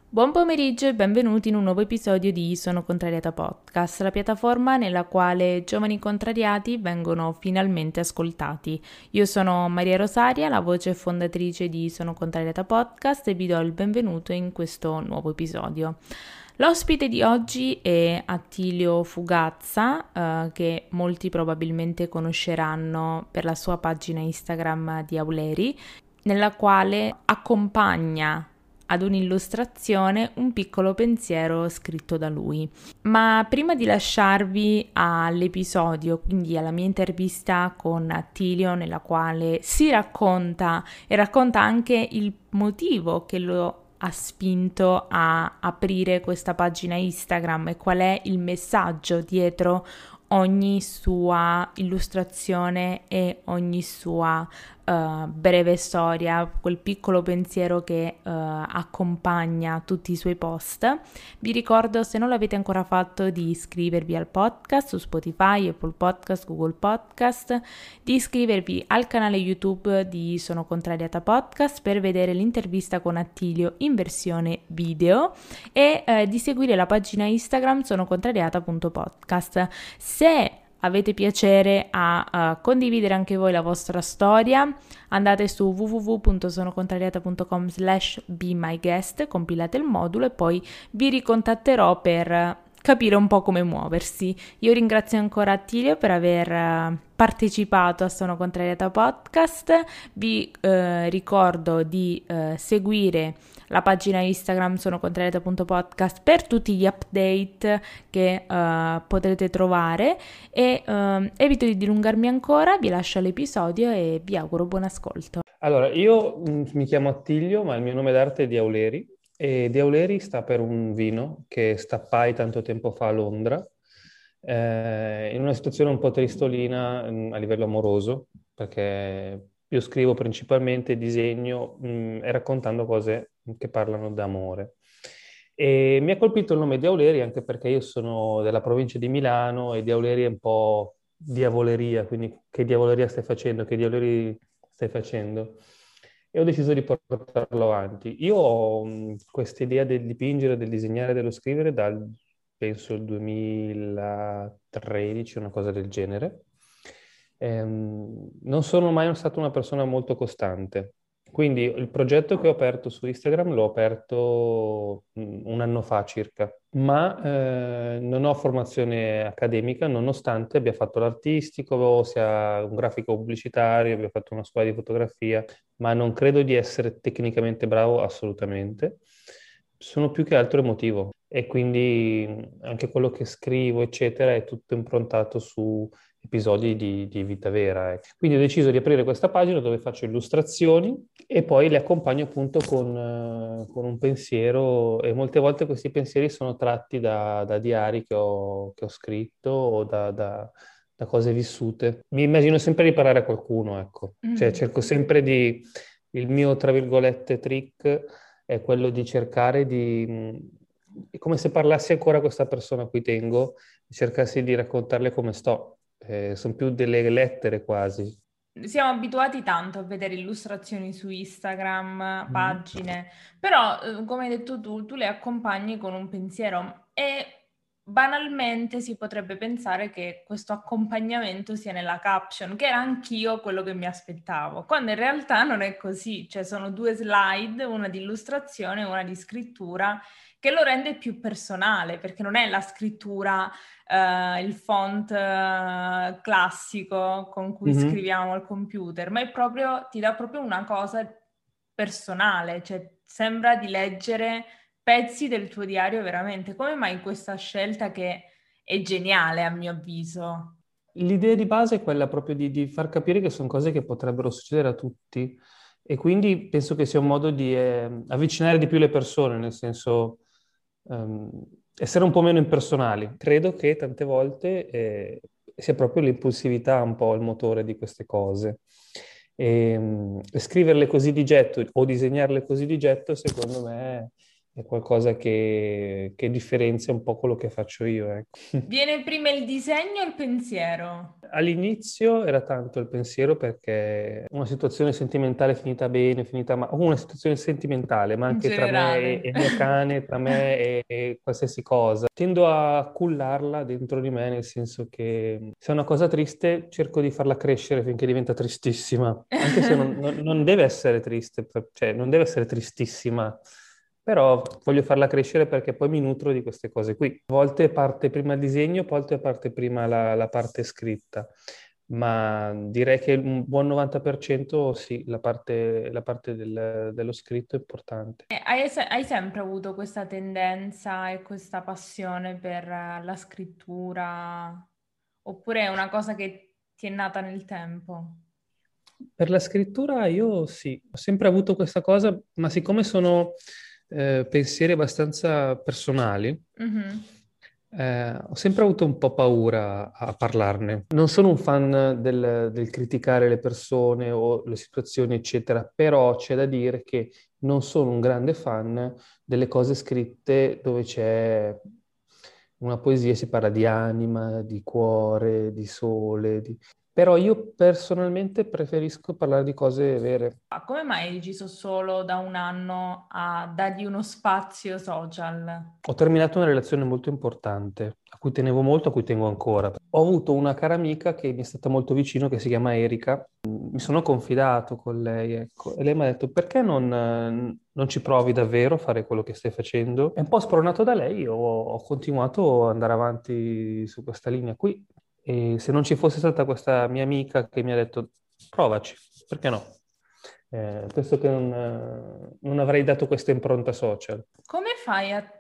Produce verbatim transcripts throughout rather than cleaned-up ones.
Buon pomeriggio e benvenuti in un nuovo episodio di Sono Contrariata Podcast, la piattaforma nella quale giovani contrariati vengono finalmente ascoltati. Io sono Maria Rosaria, la voce fondatrice di Sono Contrariata Podcast e vi do il benvenuto in questo nuovo episodio. L'ospite di oggi è Attilio Fugazza, eh, che molti probabilmente conosceranno per la sua pagina Instagram di Auleri, nella quale accompagna ad un'illustrazione un piccolo pensiero scritto da lui. Ma prima di lasciarvi all'episodio, quindi alla mia intervista con Attilio, nella quale si racconta e racconta anche il motivo che lo ha spinto a aprire questa pagina Instagram e qual è il messaggio dietro ogni sua illustrazione e ogni sua uh, breve storia, quel piccolo pensiero che uh, accompagna tutti i suoi post. Vi ricordo, se non l'avete ancora fatto, di iscrivervi al podcast su Spotify, Apple Podcast, Google Podcast, di iscrivervi al canale YouTube di Sono Contrariata Podcast per vedere l'intervista con Attilio in versione video e eh, di seguire la pagina Instagram sonocontrariata punto podcast. Se avete piacere a uh, condividere anche voi la vostra storia, andate su w w w punto sonocontrariata punto com slash be my guest, compilate il modulo e poi vi ricontatterò per capire un po' come muoversi. Io ringrazio ancora Attilio per aver uh, partecipato a Sono Contrariata Podcast. Vi uh, ricordo di uh, seguire la pagina Instagram sonocontrariata punto podcast per tutti gli update che uh, potrete trovare e uh, evito di dilungarmi ancora, vi lascio l'episodio e vi auguro buon ascolto. Allora, io mh, mi chiamo Attilio, ma il mio nome d'arte è Di Auleri e Di Auleri sta per un vino che stappai tanto tempo fa a Londra, eh, in una situazione un po' tristolina mh, a livello amoroso, perché io scrivo principalmente disegno mh, e raccontando cose che parlano d'amore. E mi ha colpito il nome di Auleri anche perché io sono della provincia di Milano e di Auleri è un po' diavoleria, quindi che diavoleria stai facendo, che diavoleria stai facendo? E ho deciso di portarlo avanti. Io ho questa idea del dipingere, del disegnare, dello scrivere dal, penso, il duemilatredici, una cosa del genere. Ehm, non sono mai stato una persona molto costante. Quindi il progetto che ho aperto su Instagram l'ho aperto mm, un anno fa circa, ma eh, non ho formazione accademica, nonostante abbia fatto l'artistico, sia un grafico pubblicitario, abbia fatto una scuola di fotografia, ma non credo di essere tecnicamente bravo assolutamente. Sono più che altro emotivo e quindi mm, anche quello che scrivo, eccetera, è tutto improntato su episodi di, di vita vera. eh. Quindi ho deciso di aprire questa pagina dove faccio illustrazioni e poi le accompagno appunto con, eh, con un pensiero e molte volte questi pensieri sono tratti da, da diari che ho, che ho scritto o da, da- da cose vissute. Mi immagino sempre di parlare a qualcuno, ecco. Cioè Mm. cerco sempre di... Il mio, tra virgolette, trick è quello di cercare di... mh, è come se parlassi ancora a questa persona a cui tengo, cercassi di raccontarle come sto. Eh, sono più delle lettere quasi. Siamo abituati tanto a vedere illustrazioni su Instagram, Mhm. pagine, però eh, come hai detto tu, tu le accompagni con un pensiero e banalmente si potrebbe pensare che questo accompagnamento sia nella caption, che era anch'io quello che mi aspettavo, quando in realtà non è così, cioè sono due slide, una di illustrazione e una di scrittura, che lo rende più personale, perché non è la scrittura eh, il font eh, classico con cui Mhm. scriviamo al computer, ma è proprio, ti dà proprio una cosa personale, cioè sembra di leggere pezzi del tuo diario veramente. Come mai questa scelta che è geniale a mio avviso? L'idea di base è quella proprio di, di far capire che sono cose che potrebbero succedere a tutti e quindi penso che sia un modo di eh, avvicinare di più le persone, nel senso ehm, essere un po' meno impersonali. Credo che tante volte eh, sia proprio l'impulsività un po' il motore di queste cose. E, mm, scriverle così di getto o disegnarle così di getto, secondo me, è qualcosa che, che differenzia un po' quello che faccio io, ecco. Viene prima il disegno o il pensiero? All'inizio era tanto il pensiero perché una situazione sentimentale finita bene, finita male, una situazione sentimentale, ma In anche tra me e, generale. e il mio cane, tra me e, e qualsiasi cosa. Tendo a cullarla dentro di me, nel senso che se è una cosa triste cerco di farla crescere finché diventa tristissima, anche se non, non- non deve essere triste, per- cioè non deve essere tristissima. Però voglio farla crescere perché poi mi nutro di queste cose qui. A volte parte prima il disegno, a volte parte prima la, la parte scritta, ma direi che un buon novanta per cento sì, la parte, la parte del- dello scritto è importante. E Hai, se- hai sempre avuto questa tendenza e questa passione per eh, la scrittura? Oppure è una cosa che ti è nata nel tempo? Per la scrittura io sì, ho sempre avuto questa cosa, ma siccome sono eh, pensieri abbastanza personali, Mhm. eh, ho sempre avuto un po' paura a parlarne. Non sono un fan del, del criticare le persone o le situazioni, eccetera, però c'è da dire che non sono un grande fan delle cose scritte dove c'è una poesia, si parla di anima, di cuore, di sole, di- però io personalmente preferisco parlare di cose vere. Ma come mai hai deciso solo da un anno a dargli uno spazio social? Ho terminato una relazione molto importante, a cui tenevo molto, a cui tengo ancora. Ho avuto una cara amica che mi è stata molto vicino, che si chiama Erika. Mi sono confidato con lei, ecco, e lei mi ha detto: perché non, eh, non ci provi davvero a fare quello che stai facendo? E un po' spronato da lei, ho, ho continuato ad andare avanti su questa linea qui. E se non ci fosse stata questa mia amica che mi ha detto: provaci, perché no? Eh, penso che non, eh, non avrei dato questa impronta social. Come fai a,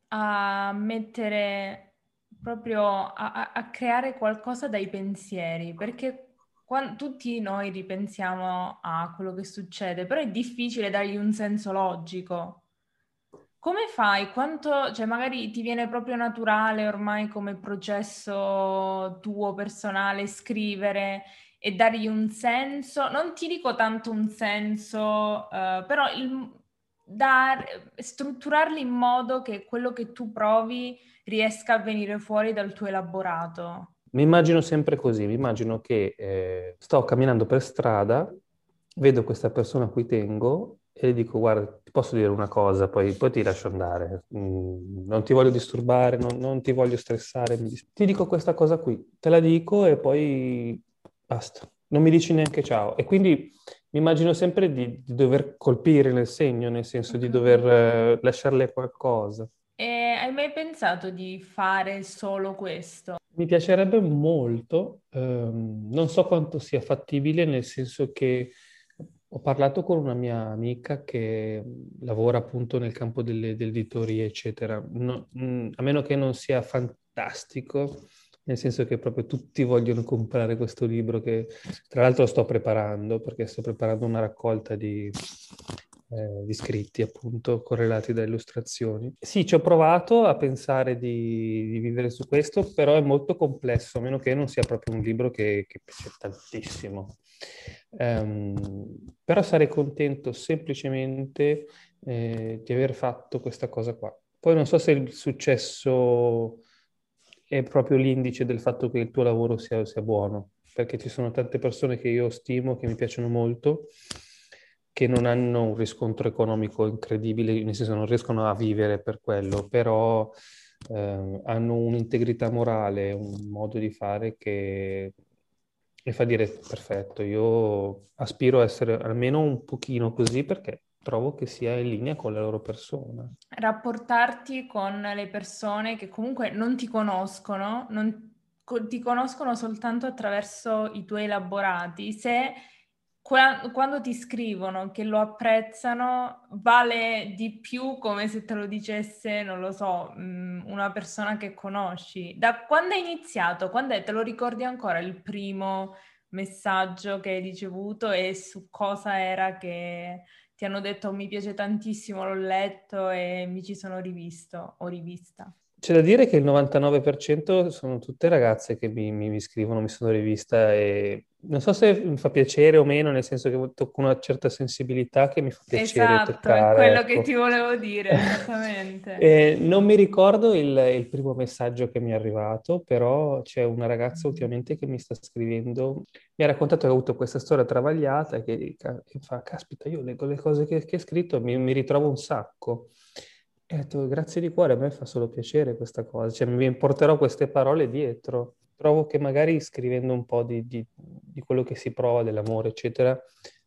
a mettere proprio a, a- a creare qualcosa dai pensieri? Perché quan- tutti noi ripensiamo a quello che succede, però è difficile dargli un senso logico. Come fai? Quanto, cioè magari ti viene proprio naturale ormai come processo tuo personale scrivere e dargli un senso? Non ti dico tanto un senso, eh, però il, dar- strutturarli in modo che quello che tu provi riesca a venire fuori dal tuo elaborato. Mi immagino sempre così, mi immagino che eh, sto camminando per strada, vedo questa persona a cui tengo e le dico: guarda, ti posso dire una cosa, poi, poi ti lascio andare. Mm, non ti voglio disturbare, non, non ti voglio stressare. mi dis- Ti dico questa cosa qui, te la dico e poi basta. Non mi dici neanche ciao. E quindi mi immagino sempre di, di dover colpire nel segno, nel senso di Ok. dover eh, lasciarle qualcosa. E hai mai pensato di fare solo questo? Mi piacerebbe molto, ehm, non so quanto sia fattibile, nel senso che ho parlato con una mia amica che lavora appunto nel campo delle, dell'editoria, eccetera. No- mm, a meno che non sia fantastico, nel senso che proprio tutti vogliono comprare questo libro che tra l'altro sto preparando, perché sto preparando una raccolta di, eh, di scritti appunto correlati da illustrazioni. Sì, ci ho provato a pensare di, di vivere su questo, però è molto complesso, a meno che non sia proprio un libro che, che piace tantissimo. Ehm, però sarei contento semplicemente eh, di aver fatto questa cosa qua. Poi non so se il successo è proprio l'indice del fatto che il tuo lavoro sia, sia buono, perché ci sono tante persone che io stimo, che mi piacciono molto, che non hanno un riscontro economico incredibile, nel senso non riescono a vivere per quello, però eh, hanno un'integrità morale, un modo di fare che mi fa dire perfetto, io aspiro a essere almeno un pochino così perché trovo che sia in linea con la loro persona. Rapportarti con le persone che comunque non ti conoscono, non co- ti conoscono soltanto attraverso i tuoi elaborati. Se qua- quando ti scrivono che lo apprezzano, vale di più come se te lo dicesse, non lo so, mh, una persona che conosci. Da quando hai iniziato? Quando è? Te lo ricordi ancora il primo messaggio che hai ricevuto e su cosa era che ti hanno detto mi piace tantissimo, l'ho letto e mi ci sono rivisto o rivista. C'è da dire che il novantanove per cento sono tutte ragazze che mi, mi- mi scrivono, mi sono rivista e non so se mi fa piacere o meno, nel senso che tocco una certa sensibilità che mi fa piacere Esatto, è toccare, quello che ti ecco. volevo dire, esattamente. Eh, non mi ricordo il, il primo messaggio che mi è arrivato, però c'è una ragazza ultimamente che mi sta scrivendo, mi ha raccontato che ha avuto questa storia travagliata e che, che fa, caspita, io leggo le cose che, che hai scritto e mi, mi ritrovo un sacco. E ho detto, grazie di cuore, a me fa solo piacere questa cosa, cioè mi porterò queste parole dietro. Trovo che magari scrivendo un po' di, di- di quello che si prova, dell'amore, eccetera,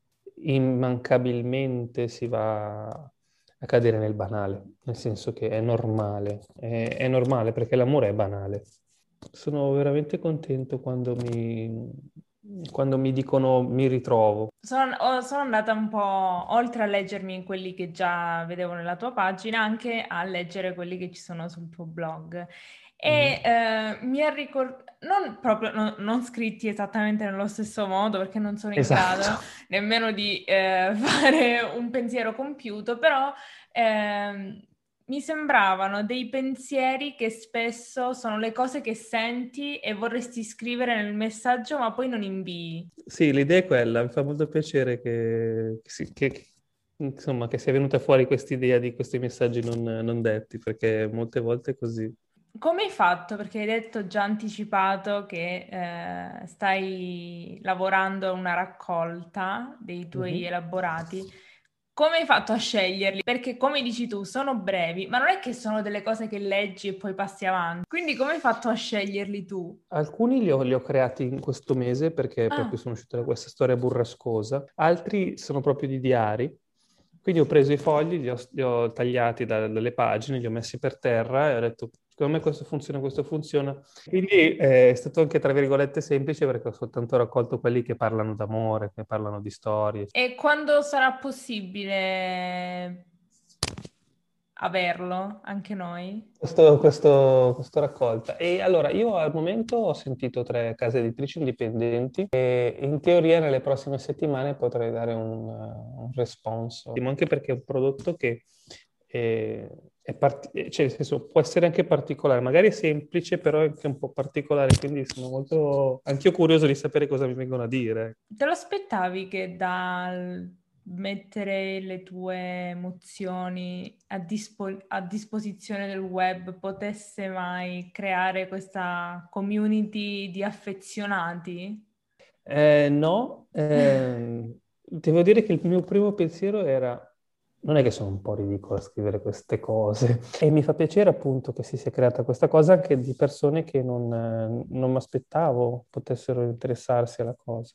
immancabilmente si va a cadere nel banale, nel senso che è normale, è, è normale perché l'amore è banale. Sono veramente contento quando mi, quando mi dicono mi ritrovo. Sono, ho- sono andata un po' oltre a leggermi quelli che già vedevo nella tua pagina, anche a leggere quelli che ci sono sul tuo blog. E Mhm. eh, mi ha ricordato, non proprio, no- non scritti esattamente nello stesso modo, perché non sono in grado Esatto. nemmeno di eh, fare un pensiero compiuto, però ehm, mi sembravano dei pensieri che spesso sono le cose che senti e vorresti scrivere nel messaggio, ma poi non invii. Sì, l'idea è quella, mi fa molto piacere che, che si- che- insomma, che sia venuta fuori quest'idea di questi messaggi non, non detti, perché molte volte è così. Come hai fatto? Perché hai detto già anticipato che eh, stai lavorando a una raccolta dei tuoi Mhm. elaborati. Come hai fatto a sceglierli? Perché come dici tu, sono brevi, ma non è che sono delle cose che leggi e poi passi avanti. Quindi come hai fatto a sceglierli tu? Alcuni li ho, li ho creati in questo mese perché proprio Ah, sono uscita da questa storia burrascosa, altri sono proprio di diari. Quindi ho preso i fogli, li ho, li ho tagliati da- dalle pagine, li ho messi per terra e ho detto, secondo me questo funziona, questo funziona. Quindi eh, è stato anche, tra virgolette, semplice perché ho soltanto raccolto quelli che parlano d'amore, che parlano di storie. e quando sarà possibile averlo, anche noi? Questo, questo, questo raccolta. E allora, io al momento ho sentito tre case editrici indipendenti e in teoria nelle prossime settimane potrei dare un, uh, un responso, anche perché è un prodotto che eh, è part- eh, cioè, nel senso, può essere anche particolare, magari è semplice, però è anche un po' particolare, quindi sono molto, anch'io curioso di sapere cosa mi vengono a dire. Te lo aspettavi che dal mettere le tue emozioni a, dispo- a disposizione del web potesse mai creare questa community di affezionati? Eh, no, ehm, devo dire che il mio primo pensiero era, non è che sono un po' ridicolo a scrivere queste cose, e mi fa piacere appunto che si sia creata questa cosa anche di persone che non, eh, non mi aspettavo potessero interessarsi alla cosa.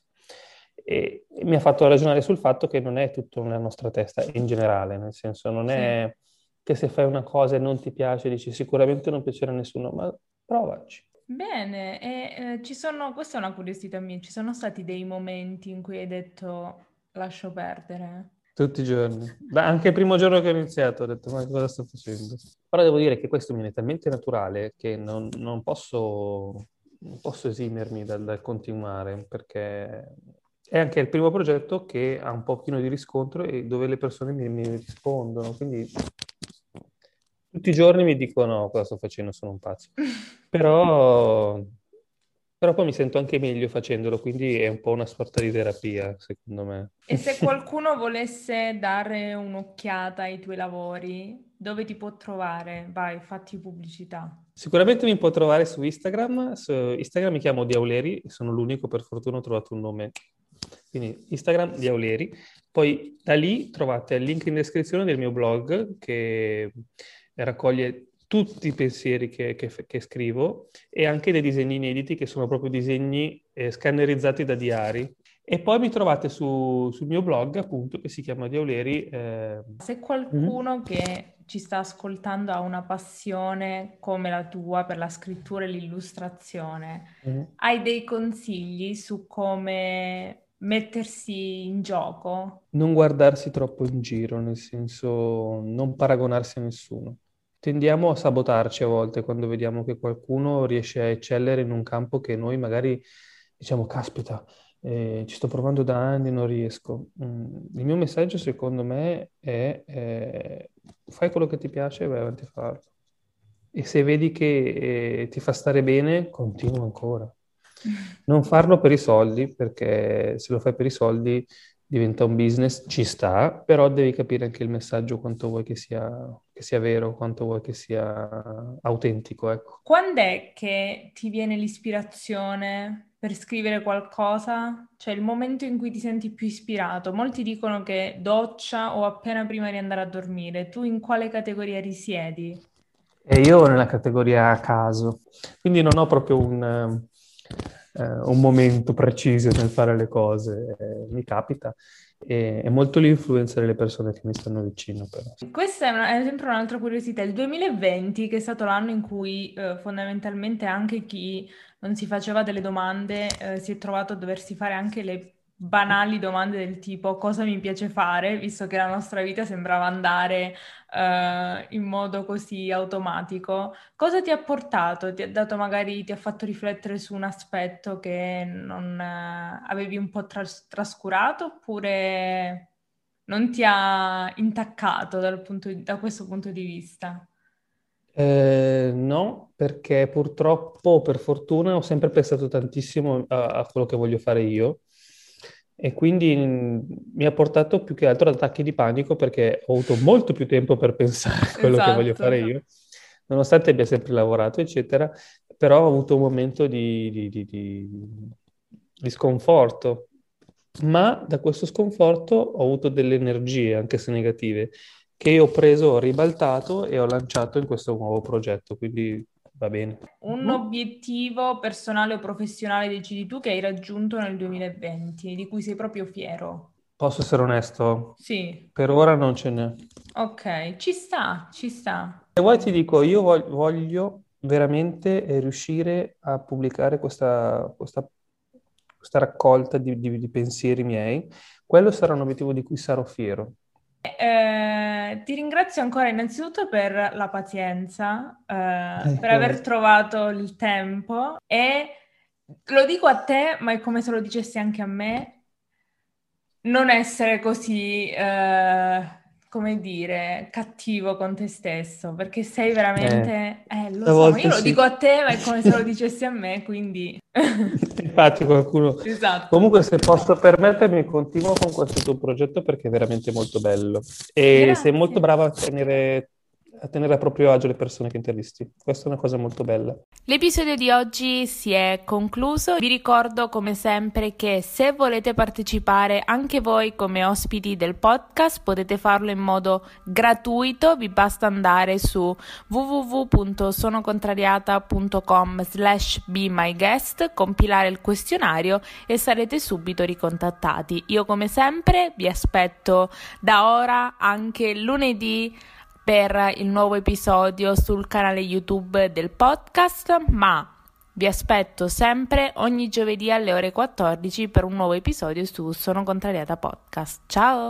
E, e mi ha fatto ragionare sul fatto che non è tutto nella nostra testa in generale, nel senso non Sì. è che se fai una cosa e non ti piace dici sicuramente non piacerà a nessuno, ma provaci. Bene, e eh, ci sono, questa è una curiosità mia, ci sono stati dei momenti in cui hai detto lascio perdere? Tutti i giorni. Da- anche il primo giorno che ho iniziato ho detto, ma cosa sto facendo? Però devo dire che questo mi viene talmente naturale che non, non posso, non posso esimermi dal, dal continuare, perché è anche il primo progetto che ha un pochino di riscontro e dove le persone mi, mi rispondono. Quindi tutti i giorni mi dicono cosa sto facendo, sono un pazzo. Però, però poi mi sento anche meglio facendolo, quindi è un po' una sorta di terapia, secondo me. E se qualcuno volesse dare un'occhiata ai tuoi lavori, dove ti può trovare? Vai, fatti pubblicità. Sicuramente mi può trovare su Instagram. Su Instagram mi chiamo Diauleri, sono l'unico, per fortuna ho trovato un nome. Quindi Instagram Diauleri. Poi da lì trovate il link in descrizione del mio blog che raccoglie tutti i pensieri che, che- che scrivo e anche dei disegni inediti che sono proprio disegni eh, scannerizzati da diari. E poi mi trovate su- sul mio blog, appunto, che si chiama Diauleri. eh, Se Mhm. qualcuno che ci sta ascoltando ha una passione come la tua per la scrittura e l'illustrazione, Mhm. hai dei consigli su come mettersi in gioco? Non guardarsi troppo in giro, nel senso non paragonarsi a nessuno. Tendiamo a sabotarci a volte quando vediamo che qualcuno riesce a eccellere in un campo che noi magari diciamo, caspita, eh, ci sto provando da anni e non riesco. Mm, il mio messaggio, secondo me, è eh, fai quello che ti piace e vai avanti a farlo. e se vedi che eh, ti fa stare bene, continua ancora. Non farlo per i soldi, perché se lo fai per i soldi diventa un business, ci sta, però devi capire anche il messaggio, quanto vuoi che sia, che sia vero, quanto vuoi che sia autentico, ecco. Quando è che ti viene l'ispirazione per scrivere qualcosa? Cioè il momento in cui ti senti più ispirato? Molti dicono che doccia o appena prima di andare a dormire. Tu in quale categoria risiedi? E io nella categoria a caso, quindi non ho proprio un, eh, un momento preciso nel fare le cose, eh, mi capita. E, è molto l'influenza delle persone che mi stanno vicino, però. Questa è, una- è sempre un'altra curiosità. Il duemilaventi, che è stato l'anno in cui eh, fondamentalmente anche chi non si faceva delle domande eh, si è trovato a doversi fare anche le banali domande del tipo cosa mi piace fare, visto che la nostra vita sembrava andare eh, in modo così automatico. Cosa ti ha portato? Ti ha dato magari, ti ha fatto riflettere su un aspetto che non eh, avevi un po' tras- trascurato oppure non ti ha intaccato dal punto di- da questo punto di vista? Eh, no, perché purtroppo, o per fortuna, ho sempre pensato tantissimo a, a quello che voglio fare io e quindi mh, mi ha portato più che altro ad attacchi di panico perché ho avuto molto più tempo per pensare a quello che voglio fare Esatto. io, nonostante abbia sempre lavorato, eccetera, però ho avuto un momento di, di- di- di- di sconforto, ma da questo sconforto ho avuto delle energie, anche se negative, che io ho preso, ho ribaltato e ho lanciato in questo nuovo progetto, quindi va bene. Un obiettivo personale o professionale decidi tu che hai raggiunto nel duemilaventi, di cui sei proprio fiero. Posso essere onesto? Sì, Per ora non ce n'è. ok, ci sta, ci sta. E poi ti dico, io vog- voglio veramente eh, riuscire a pubblicare questa, questa- questa raccolta di, di- di pensieri miei. Quello sarà un obiettivo di cui sarò fiero. Eh, ti ringrazio ancora innanzitutto per la pazienza, eh, Eh, per aver figurati. trovato il tempo e lo dico a te, ma è come se lo dicessi anche a me, non essere così, eh, come dire, cattivo con te stesso, perché sei Eh, veramente, eh, lo a so, ma io volte lo sì. dico a te, ma è come se lo dicessi a me, quindi... Infatti qualcuno... Esatto. Comunque se posso permettermi, continuo con questo tuo progetto perché è veramente molto bello. E sei molto Grazie. brava a tenere, a tenere a proprio agio le persone che intervisti. Questa è una cosa molto bella. L'episodio di oggi si è concluso. Vi ricordo come sempre che se volete partecipare anche voi come ospiti del podcast potete farlo in modo gratuito, vi basta andare su w w w punto sonocontrariata punto com slash be my guest, compilare il questionario e sarete subito ricontattati. Io come sempre vi aspetto da ora anche lunedì per il nuovo episodio sul canale YouTube del podcast, ma vi aspetto sempre ogni giovedì alle ore quattordici per un nuovo episodio su Sono Contrariata Podcast. Ciao!